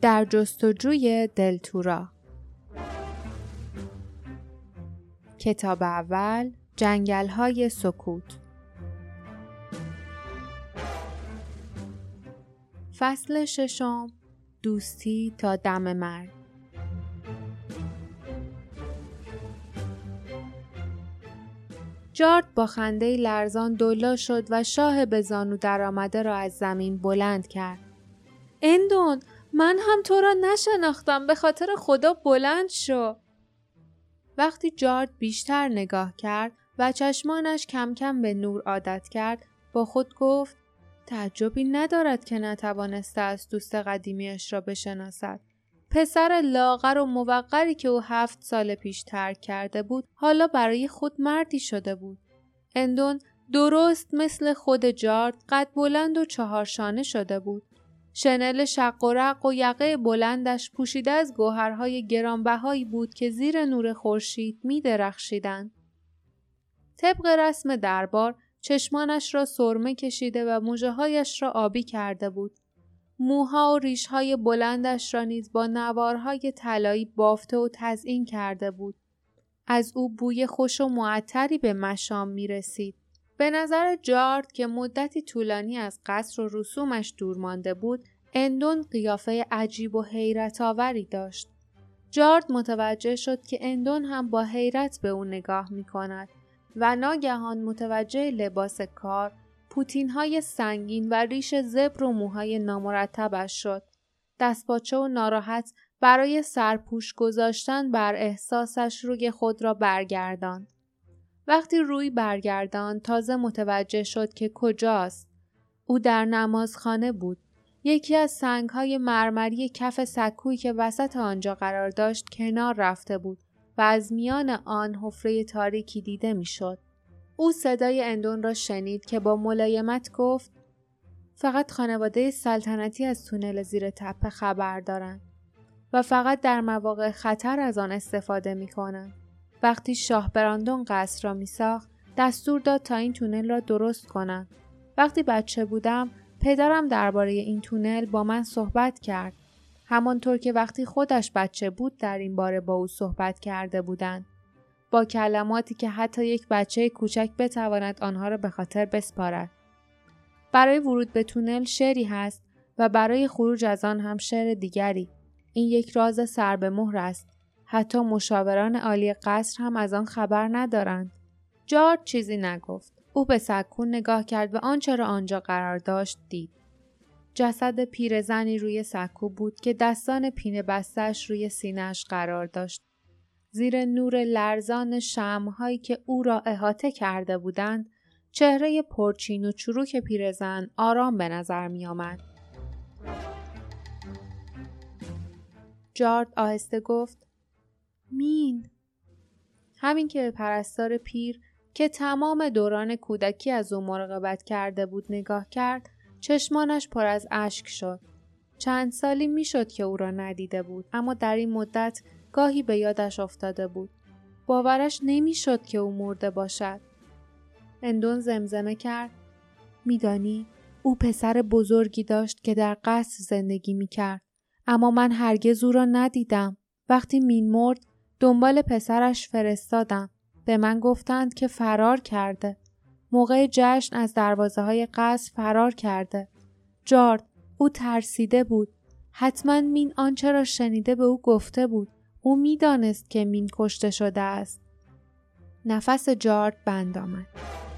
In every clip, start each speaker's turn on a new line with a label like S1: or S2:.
S1: در جستجوی دلتورا. کتاب اول، جنگل‌های سکوت. فصل ششم، دوستی تا دم مرگ. جارد با خنده‌ای لرزان دولا شد و شاه به زانو درآمده را از زمین بلند کرد. اندون، من هم تو را نشناختم، به خاطر خدا بلند شو. وقتی جارد بیشتر نگاه کرد و چشمانش کم کم به نور عادت کرد، با خود گفت تعجبی ندارد که نتوانسته از دوست قدیمیش را بشناسد. پسر لاغر و موقری که او 7 سال پیش ترک کرده بود، حالا برای خود مردی شده بود. اندون درست مثل خود جارد قد بلند و 4 شانه شده بود. شنل شق و رق و یقه بلندش پوشیده از گوهرهای گرانبهایی بود که زیر نور خورشید می درخشیدند. طبق رسم دربار چشمانش را سرمه کشیده و مژه‌هایش را آبی کرده بود. موها و ریش‌های بلندش را نیز با نوارهای طلایی بافته و تزیین کرده بود. از او بوی خوش و معطری به مشام می رسید. به نظر جارد که مدتی طولانی از قصر و رسومش دور مانده بود، اندون قیافه عجیب و حیرت آوری داشت. جارد متوجه شد که اندون هم با حیرت به او نگاه می کند و ناگهان متوجه لباس کار، پوتین‌های سنگین و ریش زبر و موهای نامرتبش شد. دستپاچه و ناراحت برای سرپوش گذاشتن بر احساسش روی خود را برگرداند. وقتی روی برگرداند تازه متوجه شد که کجاست. او در نمازخانه بود. یکی از سنگ‌های مرمری کف سکویی که وسط آنجا قرار داشت کنار رفته بود و از میان آن حفره تاریکی دیده می‌شد. او صدای اندون را شنید که با ملایمت گفت فقط خانواده سلطنتی از تونل زیر تپه خبر دارند و فقط در مواقع خطر از آن استفاده می‌کنند. وقتی شاه براندون قصر را می‌ساخت، دستور داد تا این تونل را درست کنند. وقتی بچه بودم، پدرم درباره این تونل با من صحبت کرد. همانطور که وقتی خودش بچه بود در این باره با او صحبت کرده بودند. با کلماتی که حتی یک بچه کوچک بتواند آنها را به خاطر بسپارد. برای ورود به تونل شعری هست و برای خروج از آن هم شعر دیگری. این یک راز سر به مهر است. حتی مشاوران عالی قصر هم از آن خبر ندارند. جارد چیزی نگفت. او به سکو نگاه کرد و آنچه را آنجا قرار داشت دید. جسد پیرزنی روی سکو بود که دستان پینه بسته‌اش روی سینه‌اش قرار داشت. زیر نور لرزان شمع‌هایی که او را احاطه کرده بودند، چهره پرچین و چروک پیرزن آرام به نظر می آمد. جارد آهسته گفت مین. همین که به پرستار پیر که تمام دوران کودکی از او مراقبت کرده بود نگاه کرد، چشمانش پر از اشک شد. چند سالی می شد که او را ندیده بود، اما در این مدت گاهی به یادش افتاده بود. باورش نمی شد که او مرده باشد. اندون زمزمه کرد میدانی او پسر بزرگی داشت که در قصر زندگی می کرد، اما من هرگز او را ندیدم. وقتی مین مرد دنبال پسرش فرستادم. به من گفتند که فرار کرده. موقع جشن از دروازه های قصر فرار کرده. جارد، او ترسیده بود. حتما مین آنچه را شنیده به او گفته بود. او میدانست که مین کشته شده است. نفس جارد بند آمد.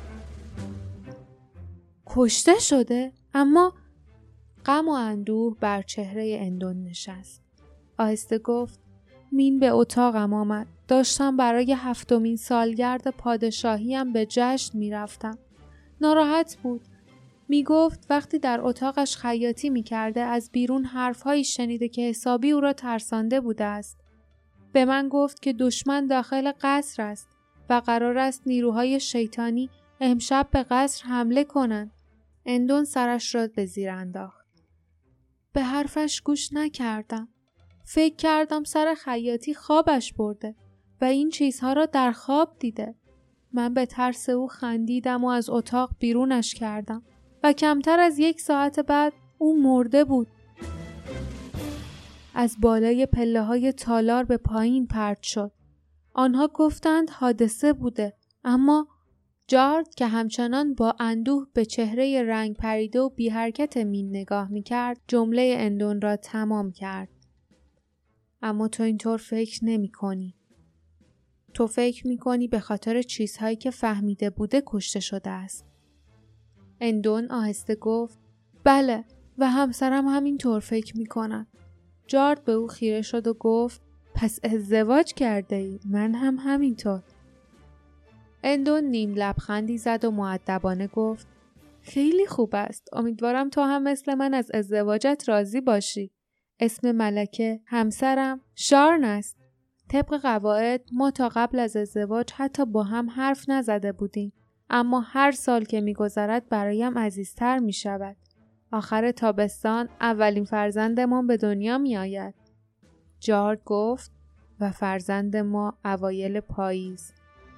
S1: کشته شده؟ اما غم و اندوه بر چهره اندون نشست. آهسته گفت مین به اتاقم آمد. داشتم برای 7مین سالگرد پادشاهیم به جشن می رفتم. ناراحت بود. می گفت وقتی در اتاقش خیاطی می کرده از بیرون حرفهایی شنیده که حسابی او را ترسانده بوده است. به من گفت که دشمن داخل قصر است و قرار است نیروهای شیطانی امشب به قصر حمله کنند. اندون سرش را به زیر انداخت. به حرفش گوش نکردم. فکر کردم سر خیاطی خوابش برده و این چیزها را در خواب دیده. من به ترس او خندیدم و از اتاق بیرونش کردم و کمتر از 1 ساعت بعد او مرده بود. از بالای پله‌های تالار به پایین پرت شد. آنها گفتند حادثه بوده، اما جارد که همچنان با اندوه به چهره رنگ پریده و بی حرکت مین نگاه می‌کرد، جمله اندون را تمام کرد. اما تو اینطور فکر نمی‌کنی. تو فکر می‌کنی به خاطر چیزهایی که فهمیده بوده کشته شده است. اندون آهسته گفت بله و همسرم همینطور فکر می‌کند. جارد به او خیره شد و گفت پس ازدواج کرده ای؟ من هم همینطور. اندون نیم لبخندی زد و مؤدبانه گفت خیلی خوب است. امیدوارم تو هم مثل من از ازدواجت راضی باشی. اسم ملکه همسرم شارن است. طبق قواعد ما تا قبل از ازدواج حتی با هم حرف نزده بودیم. اما هر سال که می‌گذرد برایم عزیزتر می‌شود. آخر تابستان اولین فرزندمان به دنیا می‌آید. جارد گفت و فرزند ما اوایل پاییز.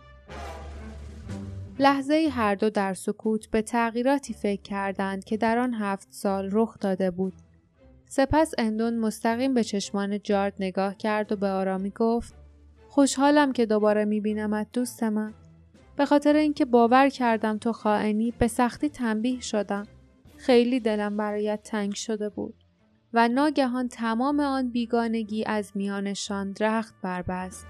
S1: لحظه‌ای هر دو در سکوت به تغییراتی فکر کردند که در آن 7 سال رخ داده بود. سپس اندون مستقیم به چشمان جارد نگاه کرد و به آرامی گفت خوشحالم که دوباره می‌بینمت دوست من. به خاطر اینکه باور کردم تو خائنی به سختی تنبیه شدم. خیلی دلم برایت تنگ شده بود. و ناگهان تمام آن بیگانگی از میانشان رخت بربست.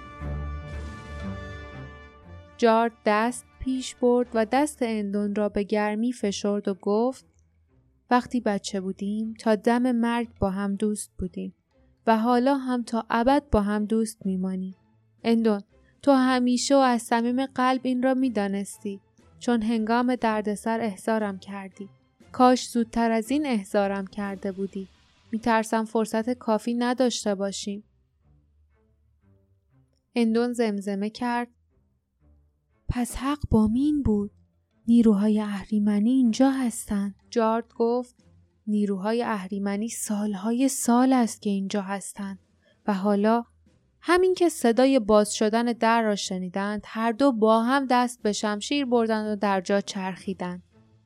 S1: جارد دست پیش برد و دست اندون را به گرمی فشرد و گفت وقتی بچه بودیم تا دم مرگ با هم دوست بودیم و حالا هم تا ابد با هم دوست میمانیم. اندون تو همیشه و از صمیم قلب این را میدانستی چون هنگام دردسر احضارم کردی. کاش زودتر از این احضارم کرده بودی. میترسم فرصت کافی نداشته باشیم. اندون زمزمه کرد پس حق با مین بود. نیروهای اهریمنی اینجا هستند. جارد گفت نیروهای اهریمنی سالهای سال است که اینجا هستند و حالا همین که صدای باز شدن در را شنیدند هر دو با هم دست به شمشیر بردند و در جا چرخیدند.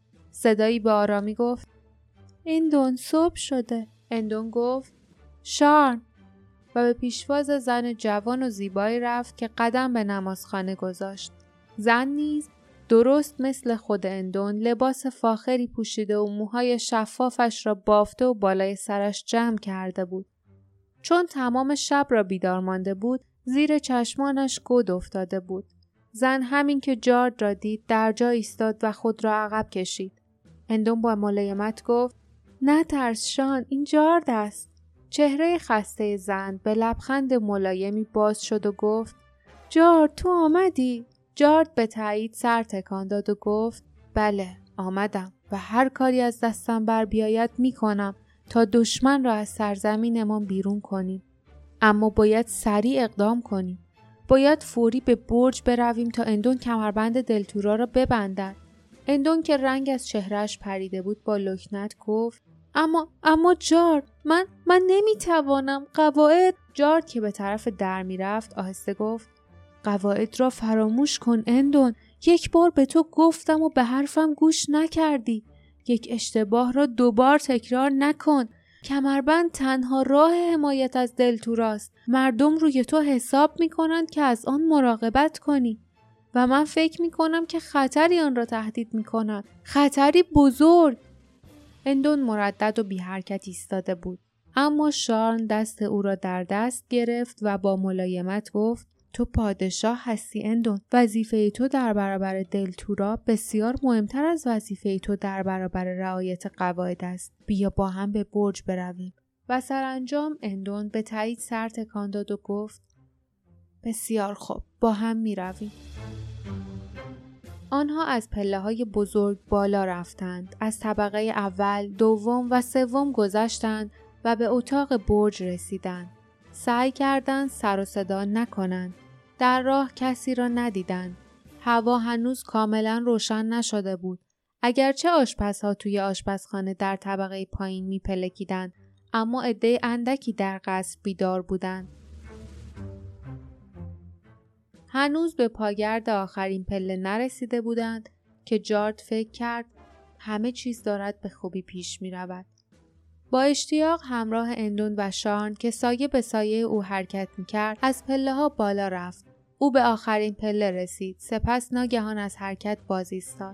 S1: صدایی به آرامی گفت اندون صبح شده. اندون گفت شارن و به پیشواز زن جوان و زیبایی رفت که قدم به نمازخانه گذاشت. زن نیز درست مثل خود اندون لباس فاخری پوشیده و موهای شفافش را بافته و بالای سرش جمع کرده بود. چون تمام شب را بیدار مانده بود زیر چشمانش گود افتاده بود. زن همین که جارد را دید در جا ایستاد و خود را عقب کشید. اندون با ملایمت گفت نه ترس شان، این جارد است. چهره خسته زن به لبخند ملایمی باز شد و گفت جارد تو آمدی؟ جارد به تایید سر تکان داد و گفت بله آمدم و هر کاری از دستم بر بیاید می کنم تا دشمن را از سرزمینمان بیرون کنیم. اما باید سریع اقدام کنیم. باید فوری به برج برویم تا اندون کمربند دلتورا را ببندد. اندون که رنگ از چهرهش پریده بود با لکنت گفت اما جارد من نمیتوانم. قواعد. جارد که به طرف در میرفت آهسته گفت قواعد را فراموش کن اندون. یک بار به تو گفتم و به حرفم گوش نکردی. یک اشتباه را 2 بار تکرار نکن. کمربند تنها راه حمایت از دلتوراست. مردم روی تو حساب میکنند که از آن مراقبت کنی و من فکر میکنم که خطری آن را تهدید میکند. خطری بزرگ. اندون مردد و بی حرکت ایستاده بود. اما شارن دست او را در دست گرفت و با ملایمت گفت تو پادشاه هستی اندون. وظیفه تو در برابر دلتورا بسیار مهمتر از وظیفه تو در برابر رعایت قواعد است. بیا با هم به برج برویم. و سرانجام اندون به تایید سر تکان داد و گفت بسیار خوب، با هم می رویم. آنها از پله‌های بزرگ بالا رفتند. از طبقه اول، دوم و سوم گذشتند و به اتاق برج رسیدند. سعی کردند سر و صدا نکنند. در راه کسی را ندیدند. هوا هنوز کاملا روشن نشده بود. اگرچه آشپزها توی آشپزخانه در طبقه پایین می‌پلکیدند، اما عده اندکی در قصر بیدار بودند. هنوز به پاگرد آخرین پله نرسیده بودند که جارد فکر کرد همه چیز دارد به خوبی پیش می رود. با اشتیاق همراه اندون و شارن که سایه به سایه او حرکت می‌کرد از پله‌ها بالا رفت. او به آخرین پله رسید. سپس ناگهان از حرکت باز ایستاد.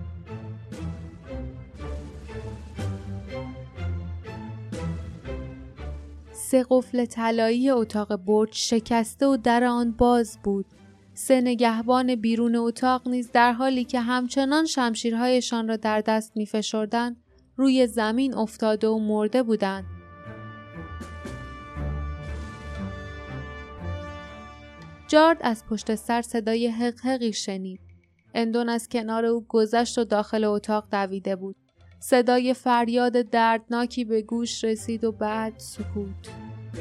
S1: سه قفل طلایی اتاق برج شکسته و در آن باز بود. سه نگهبان بیرون اتاق نیز در حالی که همچنان شمشیرهایشان را در دست می‌فشردند، روی زمین افتاده و مرده بودند. جارد از پشت سر صدای حقحقی شنید. اندون از کنار او گذشت و داخل اتاق دویده بود. صدای فریاد دردناکی به گوش رسید و بعد سکوت.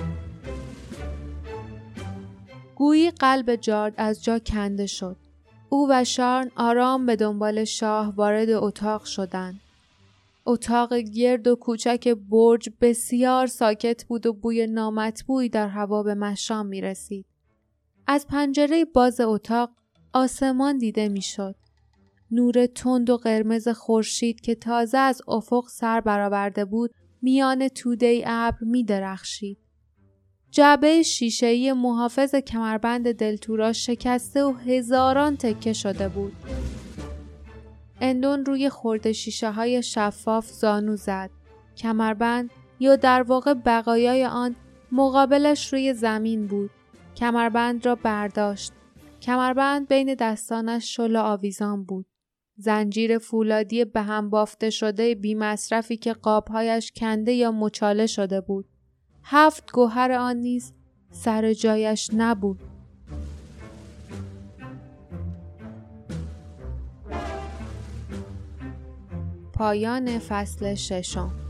S1: گویی قلب جارد از جا کنده شد. او و شارن آرام به دنبال شاه وارد اتاق شدند. اتاق گرد و کوچک برج بسیار ساکت بود و بوی نامطبوعی در هوا به مشام می رسید. از پنجره باز اتاق آسمان دیده می شد. نور تند و قرمز خورشید که تازه از افق سر برآورده بود میان توده ابر می درخشید. جعبه شیشه‌ای محافظ کمربند دلتورا شکسته و هزاران تکه شده بود. اندون روی خرده شیشه‌های شفاف زانو زد. کمربند یا در واقع بقایای آن مقابلش روی زمین بود. کمربند را برداشت. کمربند بین دستانش شل آویزان بود. زنجیر فولادی به هم بافته شده بی مصرفی که قاب‌هایش کنده یا مچاله شده بود. 7 گوهر آن نیز سر جایش نبود. پایان فصل 6.